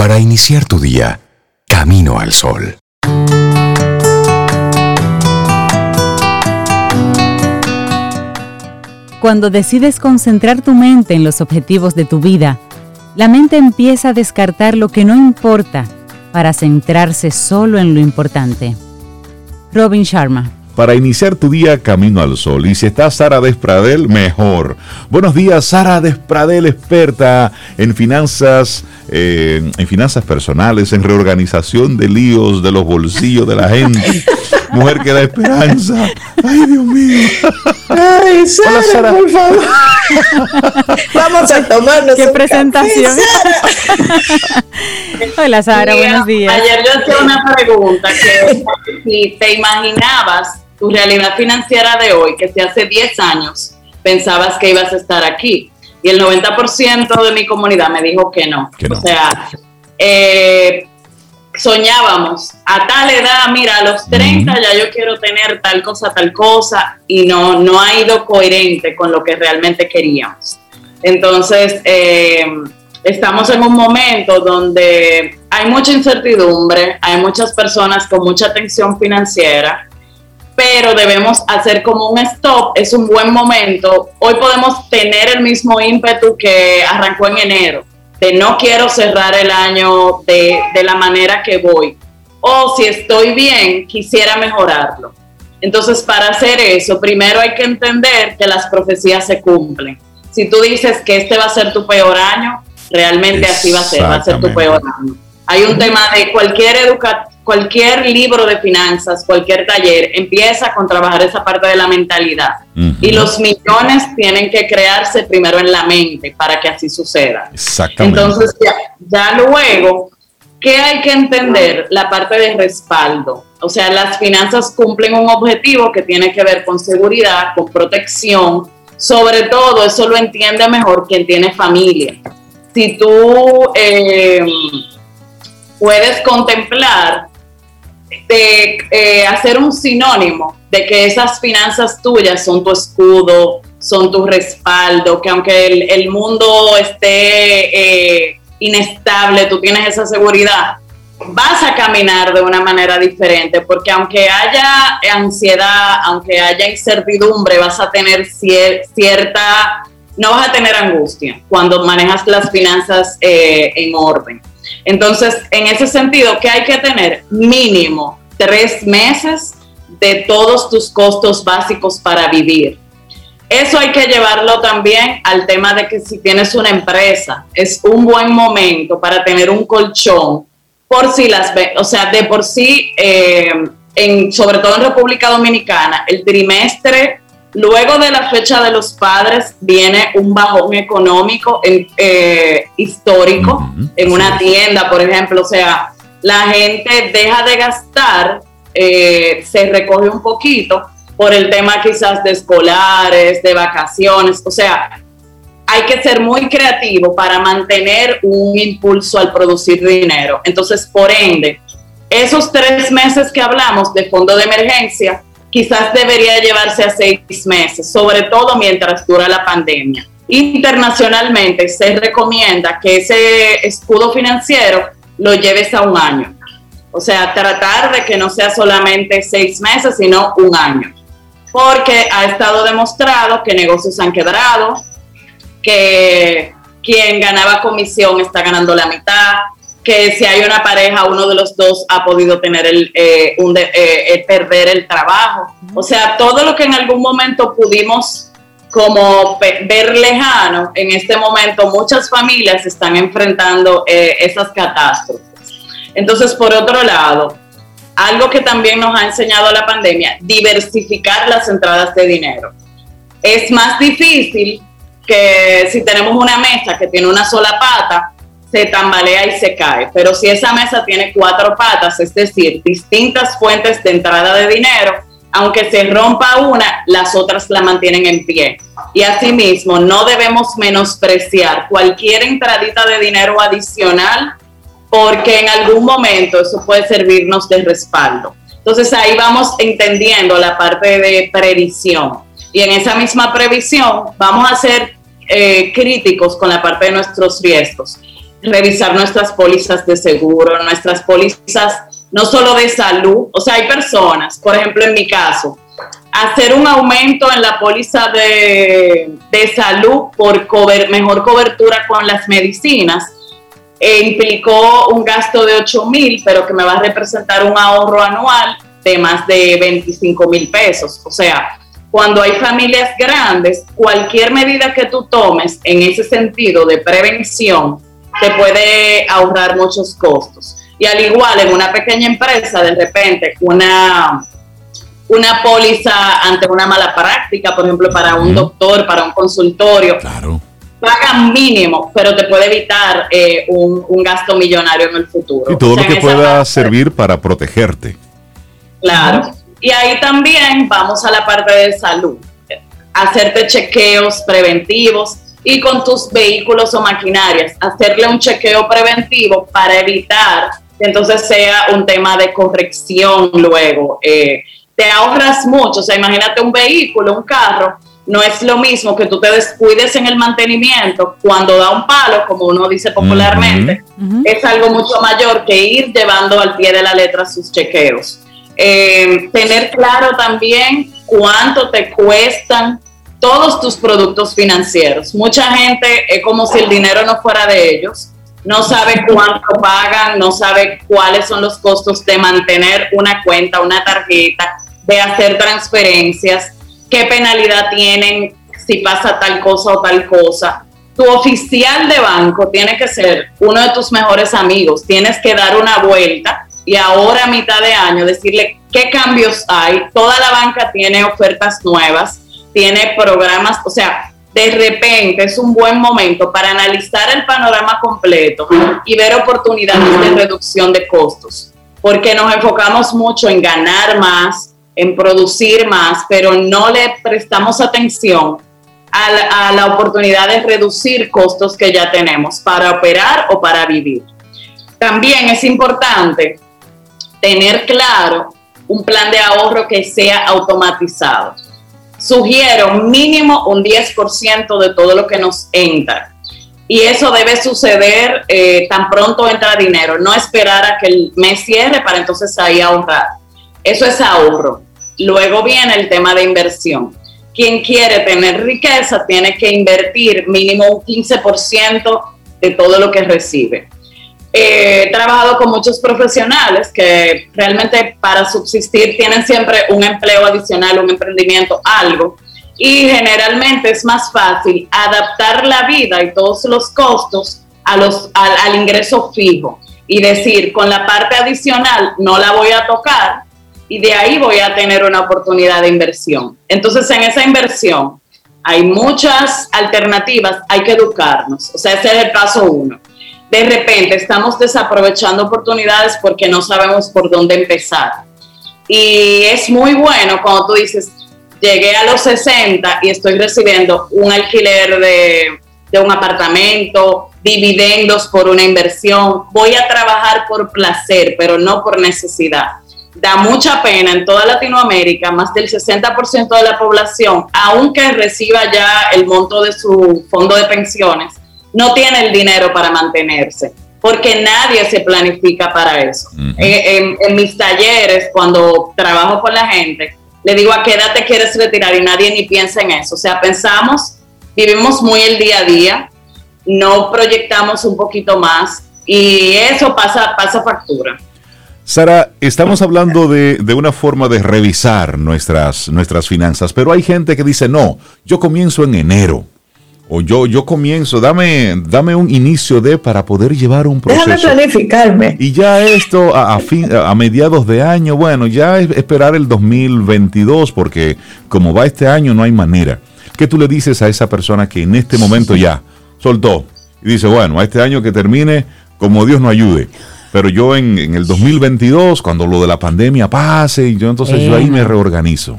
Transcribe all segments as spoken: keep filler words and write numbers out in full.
para iniciar tu día, camino al sol. Cuando decides concentrar tu mente en los objetivos de tu vida, la mente empieza a descartar lo que no importa para centrarse solo en lo importante. Robin Sharma. Para iniciar tu día, camino al sol. Y si está Sara Despradel, mejor. Buenos días, Sara Despradel, experta en finanzas, eh, en finanzas personales, en reorganización de líos de los bolsillos de la gente. Mujer que da esperanza. Ay, Dios mío. Ay, Sara, hola, Sara, por favor. Vamos a tomarnos qué un presentación. café, Sara. Hola, Sara, buenos días. Ayer yo hacía una pregunta que si te imaginabas tu realidad financiera de hoy, que si hace diez años pensabas que ibas a estar aquí, y el noventa por ciento de mi comunidad me dijo que no. Que no. O sea, eh, soñábamos a tal edad, mira, a los treinta ya yo quiero tener tal cosa, tal cosa, y no, no ha ido coherente con lo que realmente queríamos. Entonces, eh, estamos en un momento donde hay mucha incertidumbre, hay muchas personas con mucha tensión financiera, pero debemos hacer como un stop, es un buen momento. Hoy podemos tener el mismo ímpetu que arrancó en enero, de no quiero cerrar el año de, de la manera que voy, o si estoy bien, quisiera mejorarlo. Entonces, para hacer eso, primero hay que entender que las profecías se cumplen. Si tú dices que este va a ser tu peor año, realmente así va a ser, va a ser tu peor año. Hay un tema de cualquier educa, cualquier libro de finanzas, cualquier taller, empieza con trabajar esa parte de la mentalidad. Uh-huh. Y los millones tienen que crearse primero en la mente para que así suceda. Exactamente. Entonces, ya, ya luego, ¿qué hay que entender? La parte de respaldo. O sea, las finanzas cumplen un objetivo que tiene que ver con seguridad, con protección. Sobre todo, eso lo entiende mejor quien tiene familia. Si tú eh, puedes contemplar de eh, hacer un sinónimo de que esas finanzas tuyas son tu escudo, son tu respaldo, que aunque el, el mundo esté eh, inestable, tú tienes esa seguridad, vas a caminar de una manera diferente, porque aunque haya ansiedad, aunque haya incertidumbre, vas a tener cier- cierta, no vas a tener angustia cuando manejas las finanzas eh, en orden. Entonces, en ese sentido, ¿qué hay que tener? Mínimo tres meses de todos tus costos básicos para vivir. Eso hay que llevarlo también al tema de que si tienes una empresa, es un buen momento para tener un colchón, por si las ve, o sea, de por sí, eh, en, sobre todo en República Dominicana, el trimestre, luego de la fecha de los padres, viene un bajón económico en, eh, histórico, uh-huh. en una tienda, por ejemplo. O sea, la gente deja de gastar, eh, se recoge un poquito por el tema quizás de escolares, de vacaciones. O sea, hay que ser muy creativo para mantener un impulso al producir dinero. Entonces, por ende, esos tres meses que hablamos de fondo de emergencia, quizás debería llevarse a seis meses, sobre todo mientras dura la pandemia. Internacionalmente se recomienda que ese escudo financiero lo lleves a un año. O sea, tratar de que no sea solamente seis meses, sino un año. Porque ha estado demostrado que negocios han quebrado, que quien ganaba comisión está ganando la mitad, que si hay una pareja, uno de los dos ha podido tener el, eh, un de, eh, perder el trabajo. O sea, todo lo que en algún momento pudimos como pe- ver lejano, en este momento muchas familias están enfrentando eh, esas catástrofes. Entonces, por otro lado, algo que también nos ha enseñado la pandemia, diversificar las entradas de dinero. Es más difícil que si tenemos una mesa que tiene una sola pata, se tambalea y se cae. Pero si esa mesa tiene cuatro patas, es decir, distintas fuentes de entrada de dinero, aunque se rompa una, las otras la mantienen en pie. Y asimismo, no debemos menospreciar cualquier entradita de dinero adicional, porque en algún momento eso puede servirnos de respaldo. Entonces ahí vamos entendiendo la parte de previsión. Y en esa misma previsión vamos a ser eh, críticos con la parte de nuestros riesgos. revisar nuestras pólizas de seguro, nuestras pólizas no solo de salud, o sea, hay personas, por ejemplo, en mi caso, hacer un aumento en la póliza de, de salud por cober, mejor cobertura con las medicinas, e implicó un gasto de ocho mil, pero que me va a representar un ahorro anual de más de veinticinco mil pesos. O sea, cuando hay familias grandes, cualquier medida que tú tomes en ese sentido de prevención te puede ahorrar muchos costos. Y al igual en una pequeña empresa, de repente una, una póliza ante una mala práctica, por ejemplo, para un doctor, para un consultorio, claro, pagan mínimo, pero te puede evitar eh, un, un gasto millonario en el futuro. Y todo o sea, lo que pueda parte, servir para protegerte. Claro. Y ahí también vamos a la parte de salud. Hacerte chequeos preventivos y con tus vehículos o maquinarias, hacerle un chequeo preventivo para evitar que entonces sea un tema de corrección luego. Eh, te ahorras mucho. O sea, imagínate un vehículo, un carro, no es lo mismo que tú te descuides en el mantenimiento cuando da un palo, como uno dice popularmente. Uh-huh. Es algo mucho mayor que ir llevando al pie de la letra sus chequeos. Eh, tener claro también cuánto te cuestan todos tus productos financieros. Mucha gente es como si el dinero no fuera de ellos, no sabe cuánto pagan, no sabe cuáles son los costos de mantener una cuenta, una tarjeta, de hacer transferencias, qué penalidad tienen si pasa tal cosa o tal cosa. Tu oficial de banco tiene que ser uno de tus mejores amigos, tienes que dar una vuelta y ahora a mitad de año decirle qué cambios hay. Toda la banca tiene ofertas nuevas, tiene programas, o sea, de repente es un buen momento para analizar el panorama completo y ver oportunidades de reducción de costos, porque nos enfocamos mucho en ganar más, en producir más, pero no le prestamos atención a la, a la oportunidad de reducir costos que ya tenemos para operar o para vivir. También es importante tener claro un plan de ahorro que sea automatizado. Sugiero mínimo un diez por ciento de todo lo que nos entra. Y eso debe suceder eh, tan pronto entra dinero, no esperar a que el mes cierre para entonces ahí ahorrar. Eso es ahorro. Luego viene el tema de inversión. Quien quiere tener riqueza tiene que invertir mínimo un quince por ciento de todo lo que recibe. Eh, he trabajado con muchos profesionales que realmente para subsistir tienen siempre un empleo adicional, un emprendimiento, algo. Y generalmente es más fácil adaptar la vida y todos los costos a los, al, al ingreso fijo. Y decir, con la parte adicional no la voy a tocar y de ahí voy a tener una oportunidad de inversión. Entonces, en esa inversión hay muchas alternativas, hay que educarnos. O sea, ese es el paso uno. De repente estamos desaprovechando oportunidades porque no sabemos por dónde empezar. Y es muy bueno cuando tú dices, llegué a los sesenta y estoy recibiendo un alquiler de, de un apartamento, dividendos por una inversión, voy a trabajar por placer, pero no por necesidad. Da mucha pena en toda Latinoamérica, más del sesenta por ciento de la población, aunque reciba ya el monto de su fondo de pensiones, no tiene el dinero para mantenerse, porque nadie se planifica para eso. Uh-huh. Eh, en, en mis talleres, cuando trabajo con la gente, le digo, ¿a qué edad te quieres retirar? Y nadie ni piensa en eso. O sea, pensamos, vivimos muy el día a día, no proyectamos un poquito más, y eso pasa, pasa factura. Sara, estamos hablando de, de una forma de revisar nuestras, nuestras finanzas, pero hay gente que dice, no, yo comienzo en enero. O yo, yo comienzo, dame, dame un inicio de para poder llevar un proceso. Déjame planificarme. Y ya esto a, a, fin, a mediados de año, bueno, ya es esperar el dos mil veintidós, porque como va este año no hay manera. ¿Qué tú le dices a esa persona que en este momento ya soltó? Y dice, bueno, a este año que termine, como Dios nos ayude. Pero yo en, en el dos mil veintidós, cuando lo de la pandemia pase, y yo entonces eh. yo ahí me reorganizo.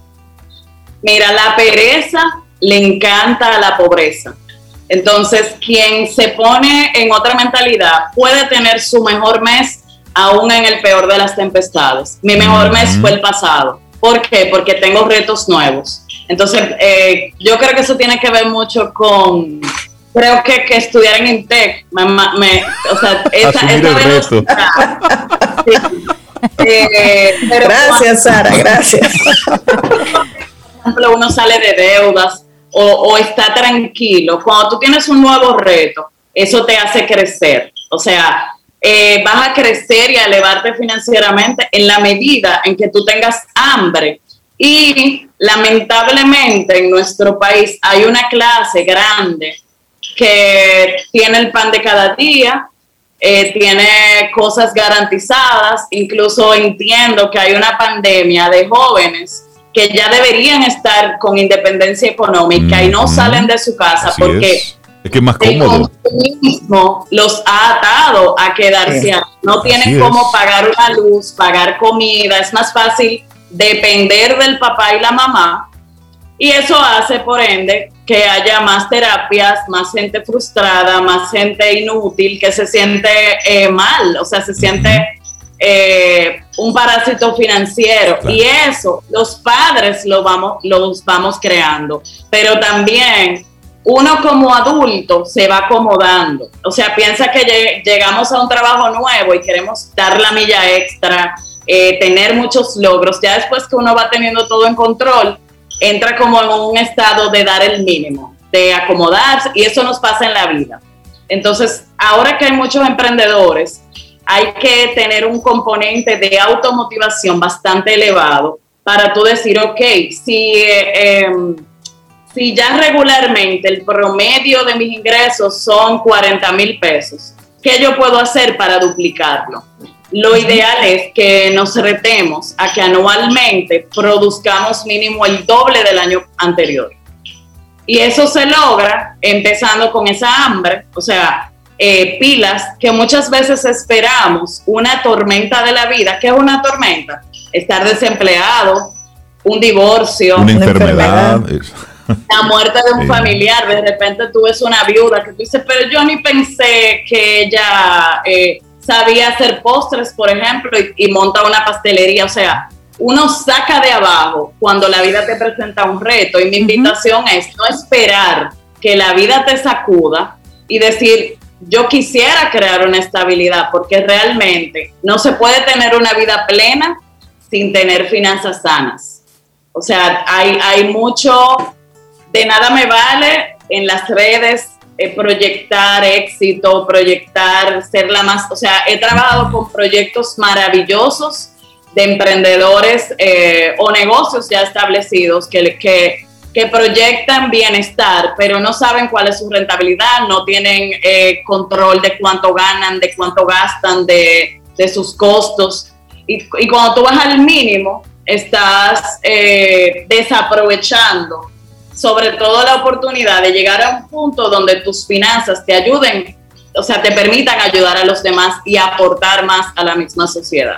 Mira, la pereza le encanta a la pobreza. Entonces, quien se pone en otra mentalidad puede tener su mejor mes aún en el peor de las tempestades. Mi mejor uh-huh. mes fue el pasado. ¿Por qué? Porque tengo retos nuevos. Entonces, eh, yo creo que eso tiene que ver mucho con, creo que, que estudiar en Intec, me, me, o sea, esa, esa velocidad. Sí. Eh, pero gracias, cuando, Sara, gracias. Por ejemplo, uno sale de deudas o, o está tranquilo. Cuando tú tienes un nuevo reto, eso te hace crecer. O sea, eh, vas a crecer y a elevarte financieramente en la medida en que tú tengas hambre. Y lamentablemente en nuestro país hay una clase grande que tiene el pan de cada día, eh, tiene cosas garantizadas. Incluso entiendo que hay una pandemia de jóvenes que ya deberían estar con independencia económica mm-hmm. y no salen de su casa. Así porque es. Es que es más cómodo. El consumismo los ha atado a quedarse sí. ahí. No tienen Así cómo es. pagar una luz, pagar comida. Es más fácil depender del papá y la mamá. Y eso hace, por ende, que haya más terapias, más gente frustrada, más gente inútil que se siente eh, mal. O sea, se siente eh, un parásito financiero. Claro. Y eso, los padres lo vamos, los vamos creando. Pero también uno como adulto se va acomodando. O sea, piensa que lleg- llegamos a un trabajo nuevo y queremos dar la milla extra, eh, tener muchos logros. Ya después que uno va teniendo todo en control, entra como en un estado de dar el mínimo, de acomodarse, y eso nos pasa en la vida. Entonces, ahora que hay muchos emprendedores, hay que tener un componente de automotivación bastante elevado para tú decir, ok, si... Eh, eh, Si ya regularmente el promedio de mis ingresos son cuarenta mil pesos, ¿qué yo puedo hacer para duplicarlo? Lo ideal es que nos retemos a que anualmente produzcamos mínimo el doble del año anterior. Y eso se logra empezando con esa hambre, o sea, eh, pilas que muchas veces esperamos una tormenta de la vida. ¿Qué es una tormenta? Estar desempleado, un divorcio, una enfermedad. Una enfermedad. La muerte de un sí. familiar, de repente tú ves una viuda que tú dices, pero yo ni pensé que ella eh, sabía hacer postres, por ejemplo, y, y monta una pastelería. O sea, uno saca de abajo cuando la vida te presenta un reto. Y mi invitación uh-huh. es no esperar que la vida te sacuda y decir, yo quisiera crear una estabilidad, porque realmente no se puede tener una vida plena sin tener finanzas sanas. O sea, hay, hay mucho... De nada me vale en las redes eh, proyectar éxito, proyectar ser la más... O sea, he trabajado con proyectos maravillosos de emprendedores eh, o negocios ya establecidos que, que, que proyectan bienestar, pero no saben cuál es su rentabilidad, no tienen eh, control de cuánto ganan, de cuánto gastan, de, de sus costos. Y, y cuando tú vas al mínimo, estás eh, desaprovechando sobre todo la oportunidad de llegar a un punto donde tus finanzas te ayuden, o sea, te permitan ayudar a los demás y aportar más a la misma sociedad.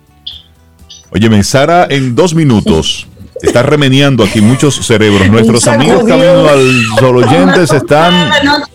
Óyeme, Sara, en dos minutos, está remeneando aquí muchos cerebros. Nuestros amigos Camino al Sol oyentes están...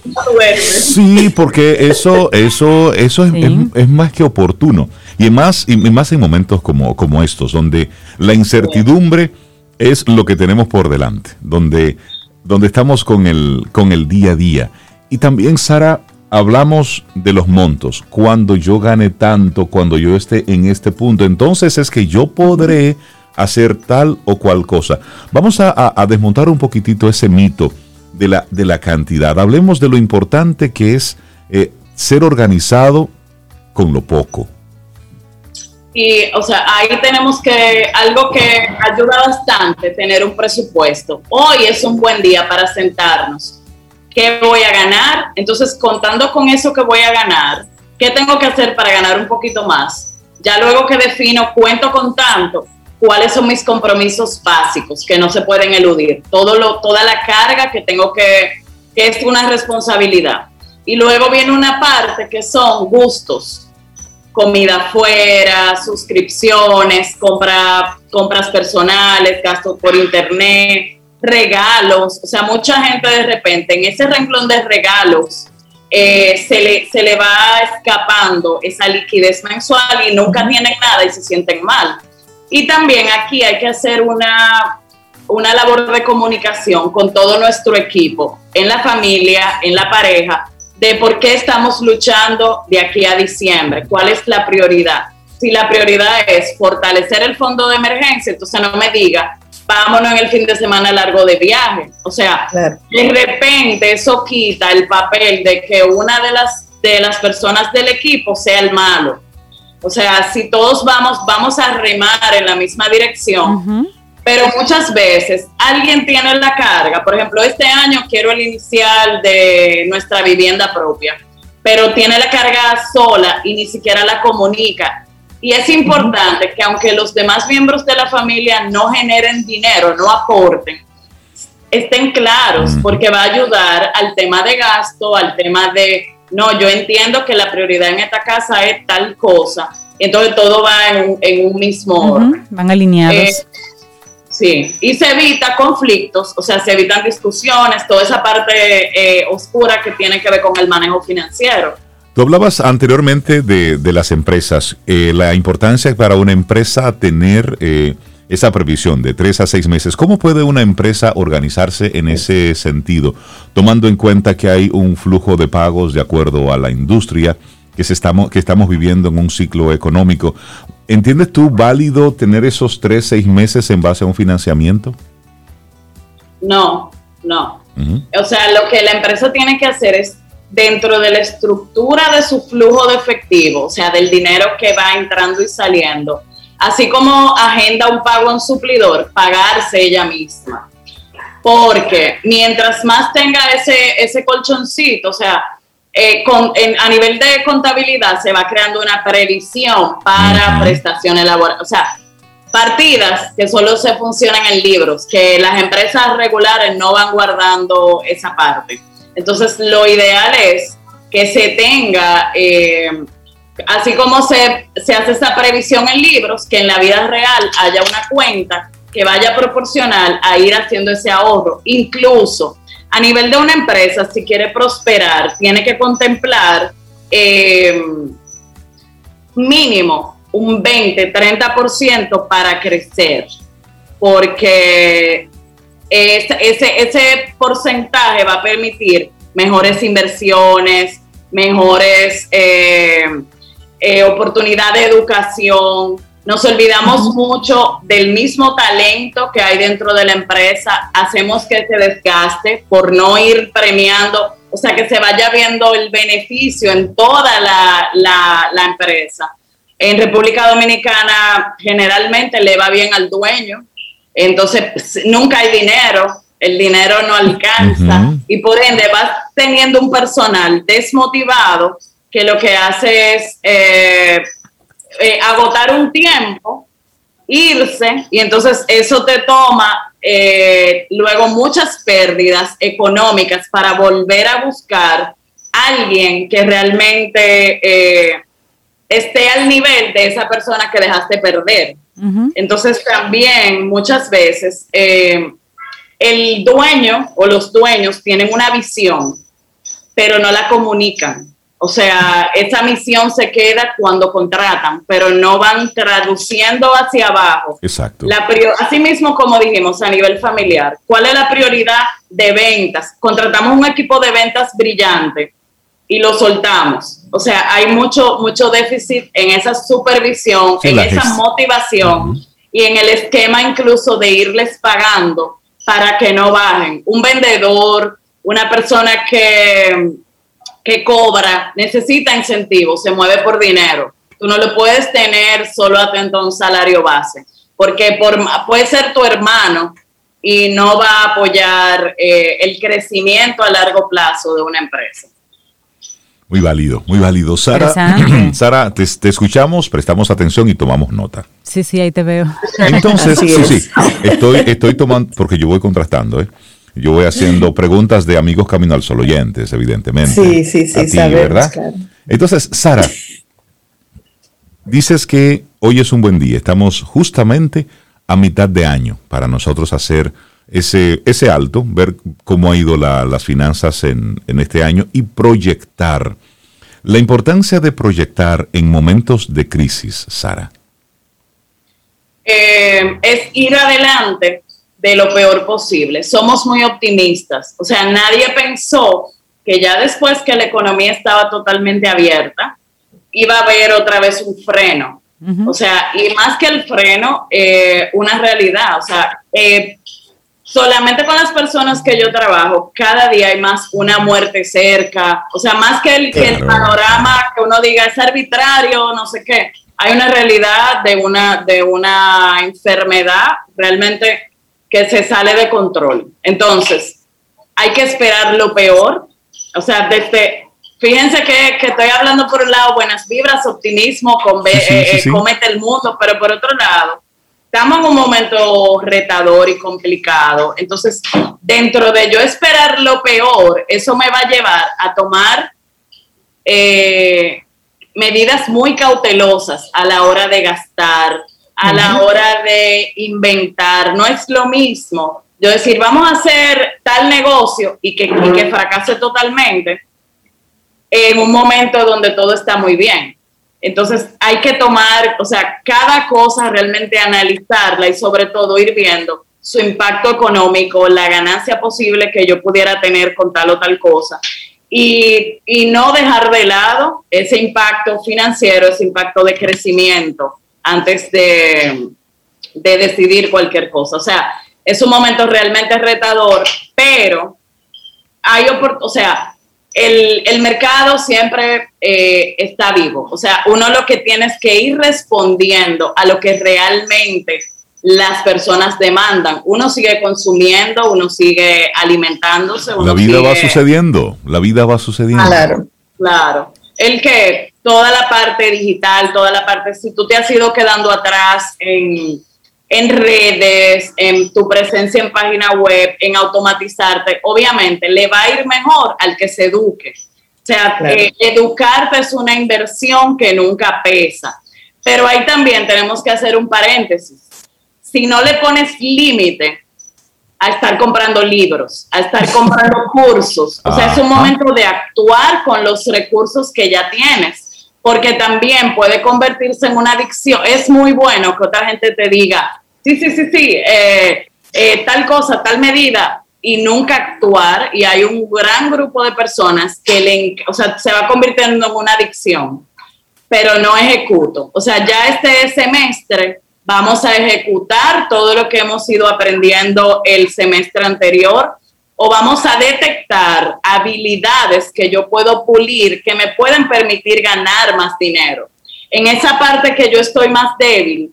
Sí, porque eso, eso, eso es, sí. es, es más que oportuno. Y más, y más en momentos como, como estos, donde la incertidumbre... es lo que tenemos por delante, donde, donde estamos con el, con el día a día. Y también, Sara, hablamos de los montos. Cuando yo gane tanto, cuando yo esté en este punto, entonces es que yo podré hacer tal o cual cosa. Vamos a, a, a desmontar un poquitito ese mito de la, de la cantidad. Hablemos de lo importante que es eh, ser organizado con lo poco. Y, o sea, ahí tenemos que, algo que ayuda bastante, tener un presupuesto. Hoy es un buen día para sentarnos. ¿Qué voy a ganar? Entonces, contando con eso que voy a ganar, ¿qué tengo que hacer para ganar un poquito más? Ya luego que defino, cuento con tanto, ¿cuáles son mis compromisos básicos que no se pueden eludir? Todo lo, toda la carga que tengo que, que es una responsabilidad. Y luego viene una parte que son gustos. Comida afuera, suscripciones, compra, compras personales, gastos por internet, regalos. O sea, mucha gente de repente en ese renglón de regalos eh, se, le, se le va escapando esa liquidez mensual y nunca tienen nada y se sienten mal. Y también aquí hay que hacer una, una labor de comunicación con todo nuestro equipo, en la familia, en la pareja, de por qué estamos luchando de aquí a diciembre, cuál es la prioridad. Si la prioridad es fortalecer el fondo de emergencia, entonces no me diga, vámonos en el fin de semana largo de viaje. O sea, claro. De repente eso quita el papel de que una de las, de las personas del equipo sea el malo. O sea, si todos vamos, vamos a remar en la misma dirección, uh-huh. Pero muchas veces alguien tiene la carga. Por ejemplo, este año quiero el inicial de nuestra vivienda propia, pero tiene la carga sola y ni siquiera la comunica. Y es importante uh-huh. que aunque los demás miembros de la familia no generen dinero, no aporten, estén claros, uh-huh. porque va a ayudar al tema de gasto, al tema de, no, yo entiendo que la prioridad en esta casa es tal cosa. Entonces todo va en un, en un mismo uh-huh. orden. Van alineados. Eh, Sí, y se evita conflictos, o sea, se evitan discusiones, toda esa parte eh, oscura que tiene que ver con el manejo financiero. Tú hablabas anteriormente de, de las empresas, eh, la importancia para una empresa tener eh, esa previsión de tres a seis meses. ¿Cómo puede una empresa organizarse en ese sentido, tomando en cuenta que hay un flujo de pagos de acuerdo a la industria, que, se estamos, que estamos viviendo en un ciclo económico? ¿Entiendes tú válido tener esos tres, seis meses en base a un financiamiento? No, no. Uh-huh. O sea, lo que la empresa tiene que hacer es, dentro de la estructura de su flujo de efectivo, o sea, del dinero que va entrando y saliendo, así como agenda un pago a un suplidor, pagarse ella misma. Porque mientras más tenga ese, ese colchoncito, o sea, Eh, con, en, a nivel de contabilidad se va creando una previsión para uh-huh. prestaciones laborales, o sea, partidas que solo se funcionan en libros, que las empresas regulares no van guardando esa parte. Entonces lo ideal es que se tenga, eh, así como se, se hace esa previsión en libros, que en la vida real haya una cuenta que vaya proporcional a ir haciendo ese ahorro. Incluso a nivel de una empresa, si quiere prosperar, tiene que contemplar eh, mínimo un veinte, treinta por ciento para crecer, porque ese, ese, ese porcentaje va a permitir mejores inversiones, mejores eh, eh, oportunidades de educación. Nos olvidamos uh-huh. mucho del mismo talento que hay dentro de la empresa, hacemos que se desgaste por no ir premiando, o sea, que se vaya viendo el beneficio en toda la, la, la empresa. En República Dominicana generalmente le va bien al dueño, entonces nunca hay dinero, el dinero no alcanza uh-huh. y por ende vas teniendo un personal desmotivado que lo que hace es... Eh, Eh, agotar un tiempo, irse, y entonces eso te toma eh, luego muchas pérdidas económicas para volver a buscar a alguien que realmente eh, esté al nivel de esa persona que dejaste perder. Uh-huh. Entonces también muchas veces eh, el dueño o los dueños tienen una visión, pero no la comunican. O sea, esa misión se queda cuando contratan, pero no van traduciendo hacia abajo. Exacto. La prior- Así mismo, como dijimos, a nivel familiar, ¿cuál es la prioridad de ventas? Contratamos un equipo de ventas brillante y lo soltamos. O sea, hay mucho, mucho déficit en esa supervisión, sí, en esa es. motivación uh-huh. y en el esquema incluso de irles pagando para que no bajen. Un vendedor, una persona que... que cobra, necesita incentivos, se mueve por dinero. Tú no lo puedes tener solo atento a un salario base, porque por, puede ser tu hermano y no va a apoyar eh, el crecimiento a largo plazo de una empresa. Muy válido, muy válido. Sara, Sara te, te escuchamos, prestamos atención y tomamos nota. Sí, sí, ahí te veo. Entonces, sí, sí, estoy, estoy tomando, porque yo voy contrastando, ¿eh? Yo voy haciendo preguntas de amigos Camino al Sol oyentes, evidentemente. Sí, sí, sí, a ti, sabemos, ¿verdad? Claro. Entonces, Sara, dices que hoy es un buen día. Estamos justamente a mitad de año para nosotros hacer ese, ese alto, ver cómo ha ido la, las finanzas en, en este año y proyectar. La importancia de proyectar en momentos de crisis, Sara. Eh, es ir adelante de lo peor posible. Somos muy optimistas. O sea, nadie pensó que ya después que la economía estaba totalmente abierta, iba a haber otra vez un freno. Uh-huh. O sea, y más que el freno, eh, una realidad. O sea, eh, solamente con las personas que yo trabajo, cada día hay más una muerte cerca. O sea, más que el, que el panorama que uno diga es arbitrario, no sé qué. Hay una realidad de una, de una enfermedad realmente que se sale de control. Entonces, hay que esperar lo peor. O sea, desde, fíjense que, que estoy hablando por un lado, buenas vibras, optimismo, con, sí, sí, sí, sí. comete el mundo, pero por otro lado, estamos en un momento retador y complicado. Entonces, dentro de yo esperar lo peor, eso me va a llevar a tomar eh, medidas muy cautelosas a la hora de gastar, a uh-huh. la hora de inventar. No es lo mismo yo decir, vamos a hacer tal negocio y que, y que fracase totalmente en un momento donde todo está muy bien. Entonces hay que tomar, o sea, cada cosa realmente analizarla y sobre todo ir viendo su impacto económico, la ganancia posible que yo pudiera tener con tal o tal cosa. Y, y no dejar de lado ese impacto financiero, ese impacto de crecimiento antes de, de decidir cualquier cosa. O sea, es un momento realmente retador, pero hay oportunidades, o sea, el, el mercado siempre eh, está vivo. O sea, uno lo que tiene es que ir respondiendo a lo que realmente las personas demandan. Uno sigue consumiendo, uno sigue alimentándose. Uno la vida sigue... va sucediendo, la vida va sucediendo. Claro, claro. El que toda la parte digital, toda la parte, si tú te has ido quedando atrás en, en redes, en tu presencia en página web, en automatizarte, obviamente le va a ir mejor al que se eduque. O sea, claro. eh, educarte es una inversión que nunca pesa. Pero ahí también tenemos que hacer un paréntesis. Si no le pones límite a estar comprando libros, a estar comprando cursos, o sea, es un momento de actuar con los recursos que ya tienes, porque también puede convertirse en una adicción. Es muy bueno que otra gente te diga, sí, sí, sí, sí, eh, eh, tal cosa, tal medida, y nunca actuar, y hay un gran grupo de personas que le, o sea, se va convirtiendo en una adicción, pero no ejecuto. O sea, ya este semestre vamos a ejecutar todo lo que hemos ido aprendiendo el semestre anterior, o vamos a detectar habilidades que yo puedo pulir que me pueden permitir ganar más dinero. En esa parte que yo estoy más débil,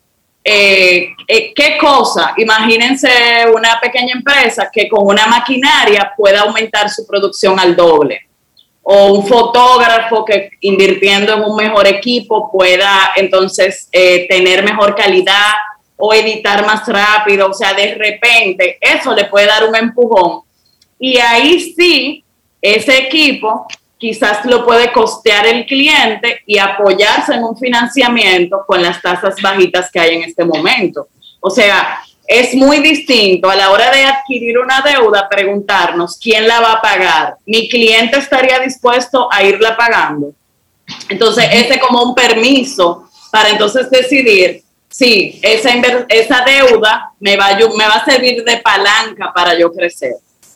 eh, eh, ¿qué cosa? Imagínense una pequeña empresa que con una maquinaria pueda aumentar su producción al doble. O un fotógrafo que invirtiendo en un mejor equipo pueda entonces eh, tener mejor calidad o editar más rápido. O sea, de repente eso le puede dar un empujón. Y ahí sí, ese equipo quizás lo puede costear el cliente y apoyarse en un financiamiento con las tasas bajitas que hay en este momento. O sea, es muy distinto a la hora de adquirir una deuda preguntarnos quién la va a pagar. ¿Mi cliente estaría dispuesto a irla pagando? Entonces, ese es como un permiso para entonces decidir si esa, esa deuda me va, a, me va a servir de palanca para yo crecer.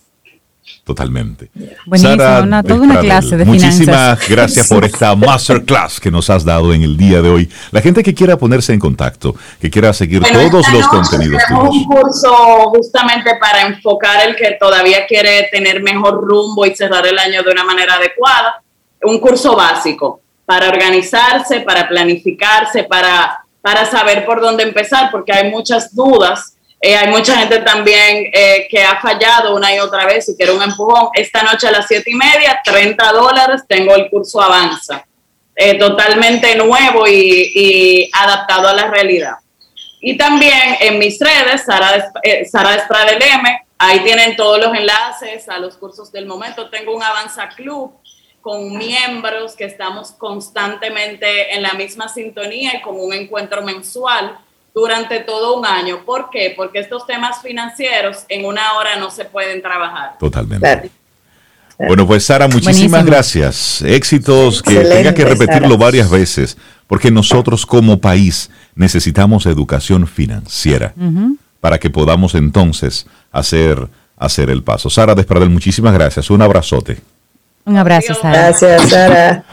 Totalmente. Buenísimo, Sara, una, toda una clase de muchísimas finanzas. gracias por esta masterclass que nos has dado en el día de hoy. La gente que quiera ponerse en contacto, que quiera seguir bueno, todos los contenidos tuyos. Un curso justamente para enfocar el que todavía quiere tener mejor rumbo y cerrar el año de una manera adecuada. Un curso básico para organizarse, para planificarse, para, para saber por dónde empezar, porque hay muchas dudas. Eh, hay mucha gente también eh, que ha fallado una y otra vez y quiere un empujón. Esta noche a las siete y media, treinta dólares, tengo el curso Avanza. Eh, totalmente nuevo y, y adaptado a la realidad. Y también en mis redes, Sara, eh, Sara Despradel M, ahí tienen todos los enlaces a los cursos del momento. Tengo un Avanza Club con miembros que estamos constantemente en la misma sintonía y con un encuentro mensual durante todo un año. ¿Por qué? Porque estos temas financieros en una hora no se pueden trabajar. Totalmente. Claro. Bueno, pues Sara, muchísimas Buenísimo. gracias. Éxitos, que Excelente, tenga que repetirlo Sara. varias veces, porque nosotros como país necesitamos educación financiera. Uh-huh. para que podamos entonces hacer, hacer el paso. Sara Despradel, muchísimas gracias. Un abrazote. Un abrazo, Sara. Gracias, Sara.